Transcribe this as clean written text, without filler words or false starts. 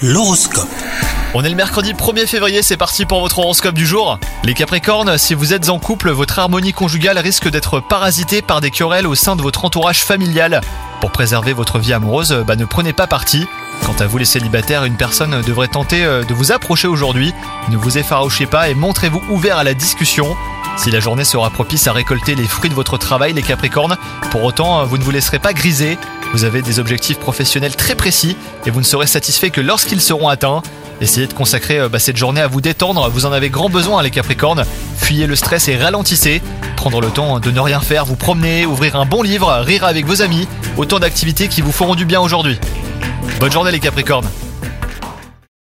L'horoscope. On est le mercredi 1er février, c'est parti pour votre horoscope du jour. Les Capricornes, si vous êtes en couple, votre harmonie conjugale risque d'être parasitée par des querelles au sein de votre entourage familial. Pour préserver votre vie amoureuse, ne prenez pas parti. Quant à vous les célibataires, une personne devrait tenter de vous approcher aujourd'hui. Ne vous effarouchez pas et montrez-vous ouvert à la discussion. Si la journée sera propice à récolter les fruits de votre travail, les Capricornes, pour autant, vous ne vous laisserez pas griser. Vous avez des objectifs professionnels très précis et vous ne serez satisfait que lorsqu'ils seront atteints. Essayez de consacrer cette journée à vous détendre, vous en avez grand besoin les Capricornes. Fuyez le stress et ralentissez. Prendre le temps de ne rien faire, vous promener, ouvrir un bon livre, rire avec vos amis. Autant d'activités qui vous feront du bien aujourd'hui. Bonne journée les Capricornes.